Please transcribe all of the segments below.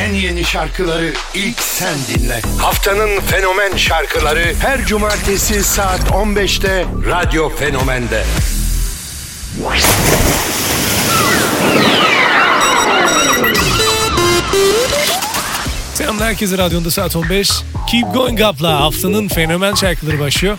en yeni şarkıları ilk sen dinle. Haftanın fenomen şarkıları her cumartesi saat 15'te Radyo Fenomen'de. Selamlar herkese, radyonda saat 15. Keep Going Up'la haftanın fenomen şarkıları başlıyor.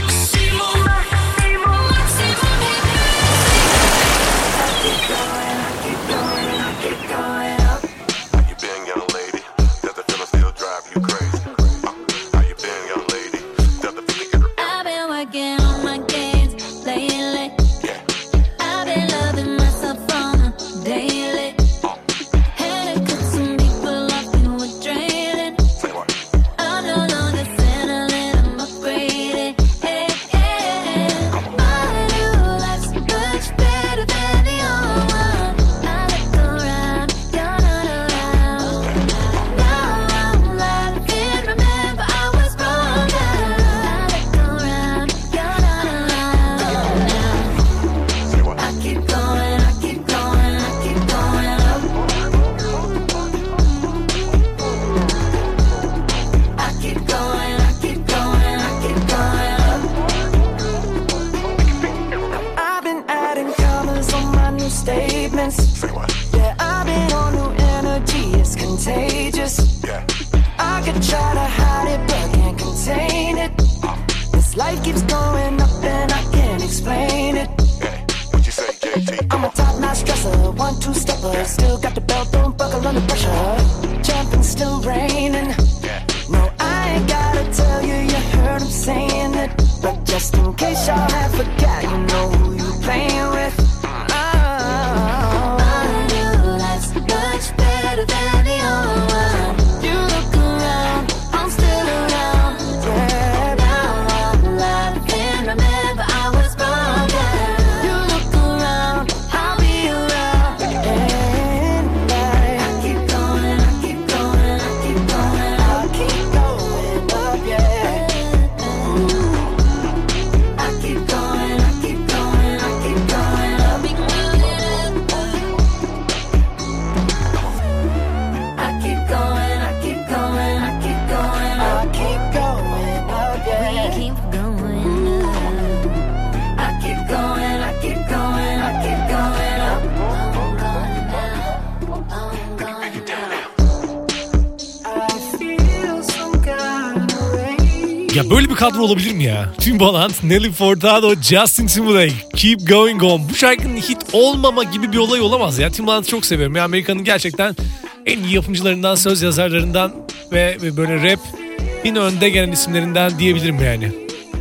Ya böyle bir kadro olabilir mi ya? Timbaland, Nelly Furtado, Justin Timberlake, Keep Going On. Bu şarkının hit olmama gibi bir olay olamaz ya. Timbaland'ı çok seviyorum. Ya Amerika'nın gerçekten en iyi yapımcılarından, söz yazarlarından ve böyle rap'in önde gelen isimlerinden diyebilirim yani.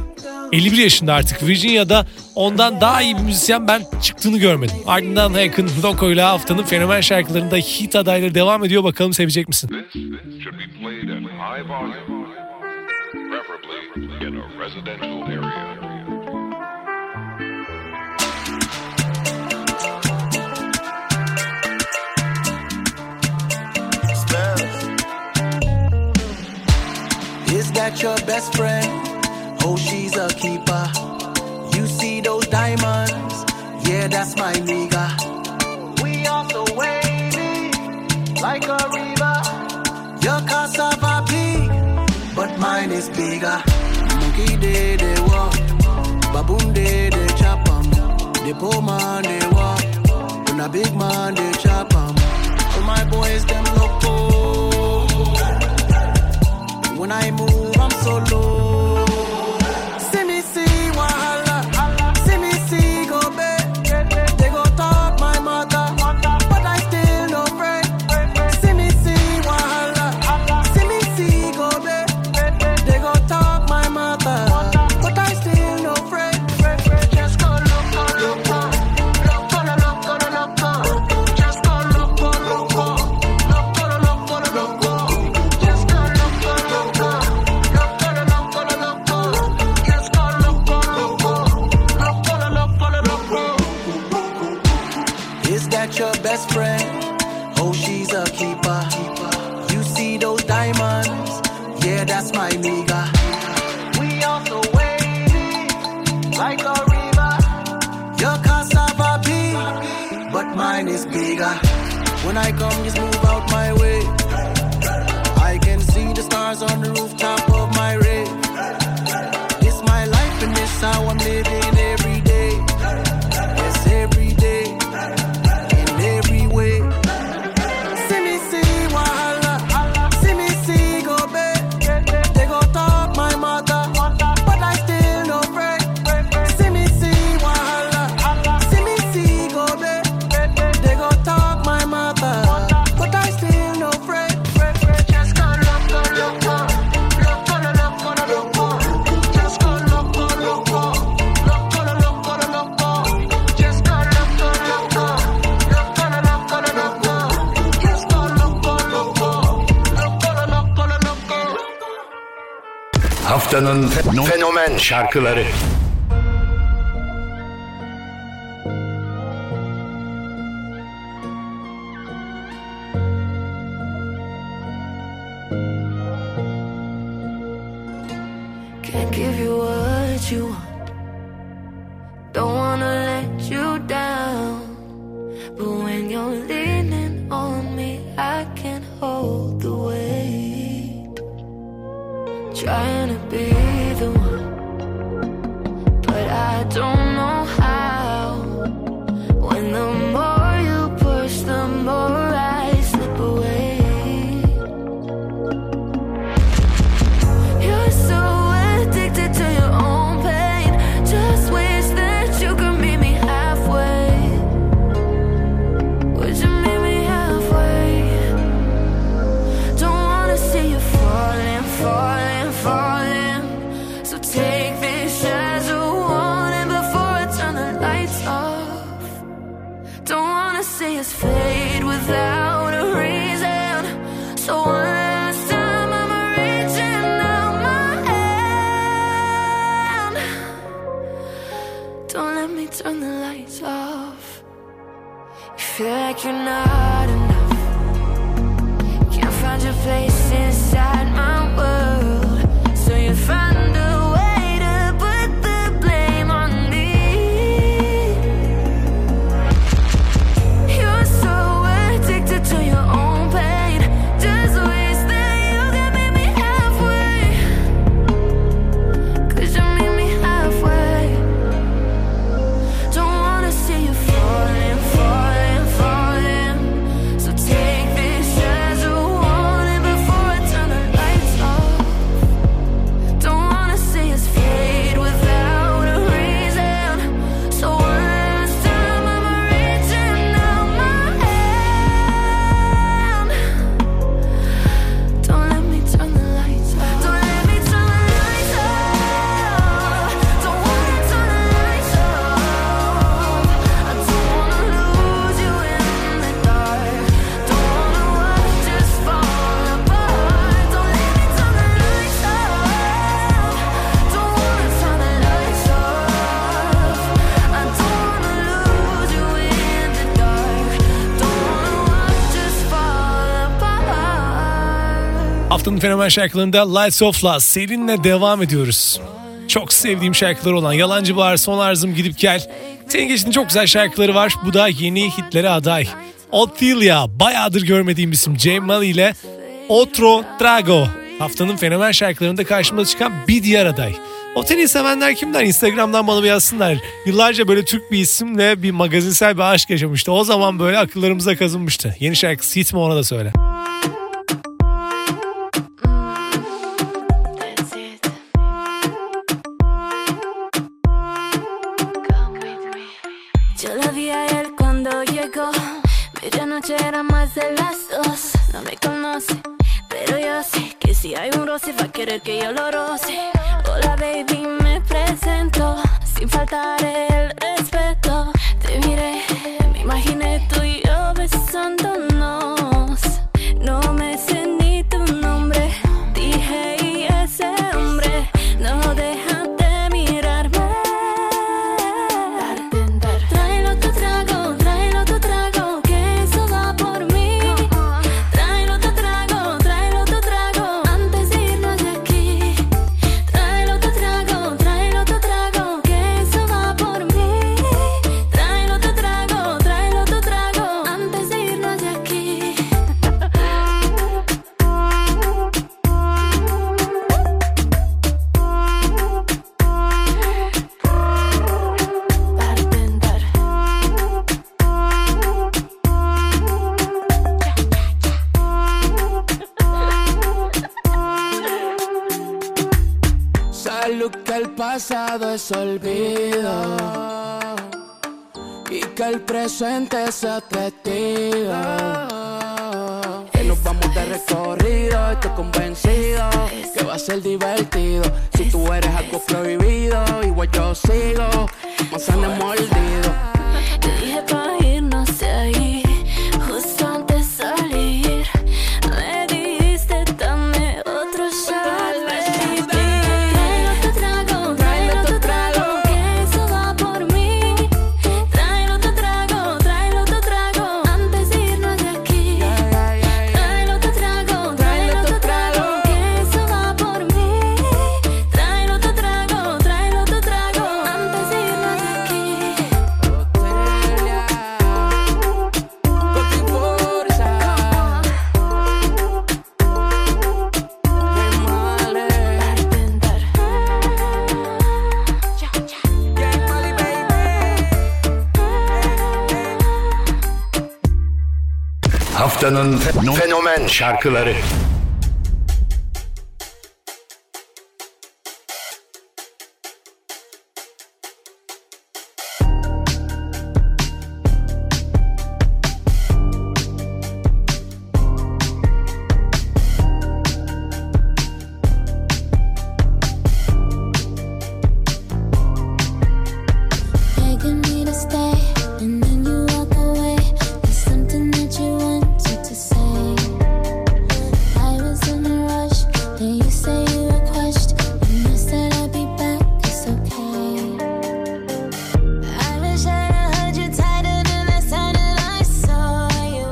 51 yaşında artık. Virginia'da ondan daha iyi bir müzisyen ben çıktığını görmedim. Ardından Hank'ın Loco'yla haftanın fenomen şarkılarında hit adayları devam ediyor. Bakalım sevecek misin? In a residential area. Is that your best friend? Oh, she's a keeper. You see those diamonds? Yeah, that's my nigga. We are so wavy, like a river. Your cassava big, but mine is bigger. Monkey day they walk, baboon day they chop 'em. The poor man they walk, when a big man they chop 'em. All my boys them loco. When I move I'm so low. See me see wahala, see me see go bed. They go talk my mother, but I still no afraid. See me see wahala, see me see go bed. They go talk my mother, but I still no afraid. Just go loco, loco, loco, loco, loco. Just go loco, loco, loco, loco, loco. Just go loco, loco, loco, loco, loco. Just go loco, loco, loco, loco, loco. Is that your best friend? Oh, she's a keeper. You see those diamonds? Yeah, that's my nigga. We are so wavy, like a river. Your cassava big, but mine is bigger. When I come, just move out my way. Haftanın fenomen şarkıları. Can't give you what you want. Don't wanna let you down. But when you're leaning on me, I can't hold the weight. Trying to be the one, but I don't know how. When the more you push, the more I slip away. You're so addicted to your own pain. Just wish that you could meet me halfway. Would you meet me halfway? Don't wanna see you falling, falling, falling. So take this as a warning before I turn the lights off. Don't wanna see us fade without a reason. So one last time I'm reaching out my hand. Don't let me turn the lights off. You feel like you're not enough. Can't find your place inside my world. So you find a way to put the blame on me. You're so addicted to your own pain. Just wish that you could meet me halfway. Could you meet me halfway? Don't wanna see you falling, falling, falling. So take this as a warning before I turn the lights off. Don't wanna see us fade without a reason. So one last time I'm reaching out my hand. Don't let me turn the lights off. Don't let me turn the lights off. Don't wanna turn the lights off. I don't wanna lose you in the dark. Don't wanna watch us fall apart. Don't let me turn the lights off. Don't wanna turn the lights off. I don't wanna lose you in the dark. Don't wanna watch us fall apart. Haftanın fenomen şarkılarında Lights Off'la Selin'le devam ediyoruz. Çok sevdiğim şarkılar olan Yalancı Bahar, Son Arzım, Gidip Gel. Senin geçtiğin çok güzel şarkıları var. Bu da yeni hitlere aday. Ottilia, bayağıdır görmediğim isim J Mali ile Otro Trago. Haftanın fenomen şarkılarında karşımıza çıkan bir diğer aday. Oteli'yi sevenler kimler? Instagram'dan bana bir yazsınlar. Yıllarca böyle Türk bir isimle bir magazinsel bir aşk yaşamıştı. O zaman böyle akıllarımıza kazınmıştı. Yeni şarkısı hit mi, ona da söyle. That's it. Come with me. Yo la vi a él cuando llegó. Medianoche era más de las 2. No me conoce, pero yo sé que si hay un roce va a querer que yo lo roce. Hola baby, me presento sin faltar el respeto. Te miré, me imaginé tú y yo besándonos. No me sé ni tu nombre. Dije y ese hombre no deja de mirarme. Tráelo tu trago, que eso va por mí. Tráelo tu trago, antes de irnos de aquí. Tráelo tu trago, que eso va por mí. Tráelo tu trago, antes de irnos de aquí. Bartender. Salud, que el pasado es olvido y que el presente sea testigo. Que nos vamos de recorrido, estoy convencido que va a ser divertido. Si tú eres algo prohibido, igual yo sigo, más en el mordido. Te dije pa' irnos de ahí, justo antes de salir. Me dijiste dame otro shot, baby. Haftanın fenomen şarkıları. Begging me to stay, and then you walk away. There's something that you wanted to say. I was in a rush, then you say you were crushed, and I said I'd be back, it's okay. I wish I'd have heard you tighter than the sound that I saw you.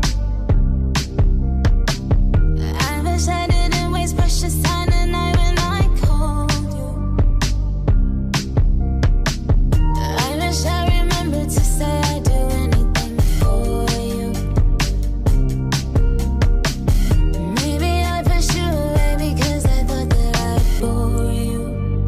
I wish I didn't waste precious time the night when I called you. I wish I remembered to say I'd do anything for you. Maybe I pushed you away because I thought that I'd bore you.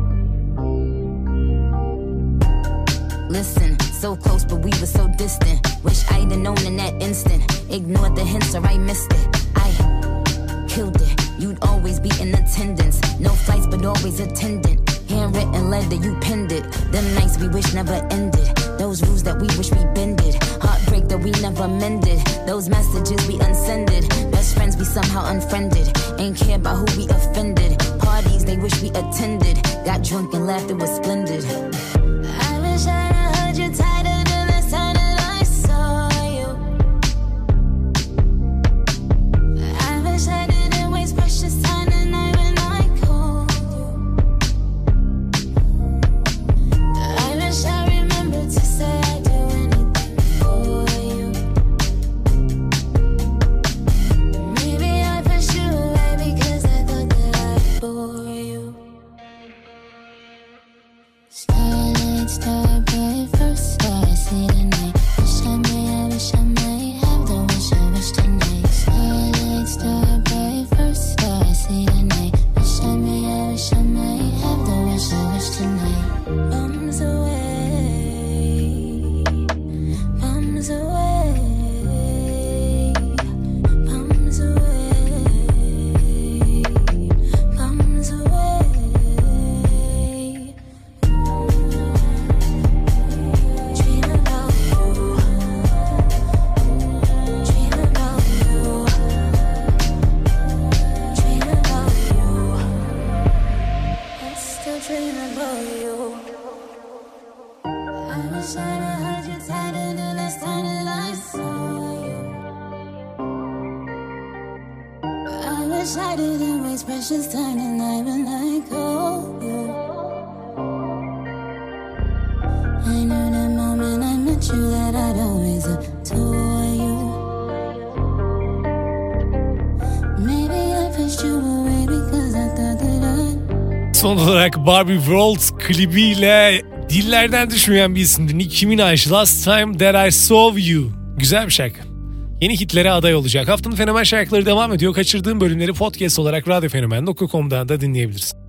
Listen, so close but we were so distant. Wish I'd have known in that instant. Ignored the hints or I missed it. I killed it. You'd always be in attendance. No flights but always attendant. Handwritten letter, you penned it. Them nights we wish never ended. Those rules that we wish we bended. Heartbreak that we never mended. Those messages we unsended. Best friends we somehow unfriended. Ain't care about who we offended. Parties they wish we attended. Got drunk and laughed, it was splendid. I wish I'd have heard you tighter than the sound that I saw you. I wish I didn't waste precious time the night when I called you. I wish I remembered to say I'd do anything for you. Maybe I pushed you away because I thought that I'd bore you. Starlight, star bright, first star I see tonight. Wish I might have the wish tonight. Starlight, star bright, first star I see tonight. Wish I might have the wish tonight. Bombs away, bombs away, bombs away, bombs away. Dream about you, dream about you, dream about you. I still dream about you. I wish I'd have heard you tighter the last time that I saw you. I wish I didn't waste precious time tonight when I called you. I knew the moment I met you that I'd always adore you. Maybe I pushed you away because I thought that I'd. Son olarak Barbie World klibiyle dillerden düşmeyen bir isimdi. Nicki Minaj, Last Time That I Saw You. Güzel bir şarkı. Yeni hitlere aday olacak. Haftanın fenomen şarkıları devam ediyor. Kaçırdığım bölümleri podcast olarak radyofenomen.com'dan da dinleyebilirsin.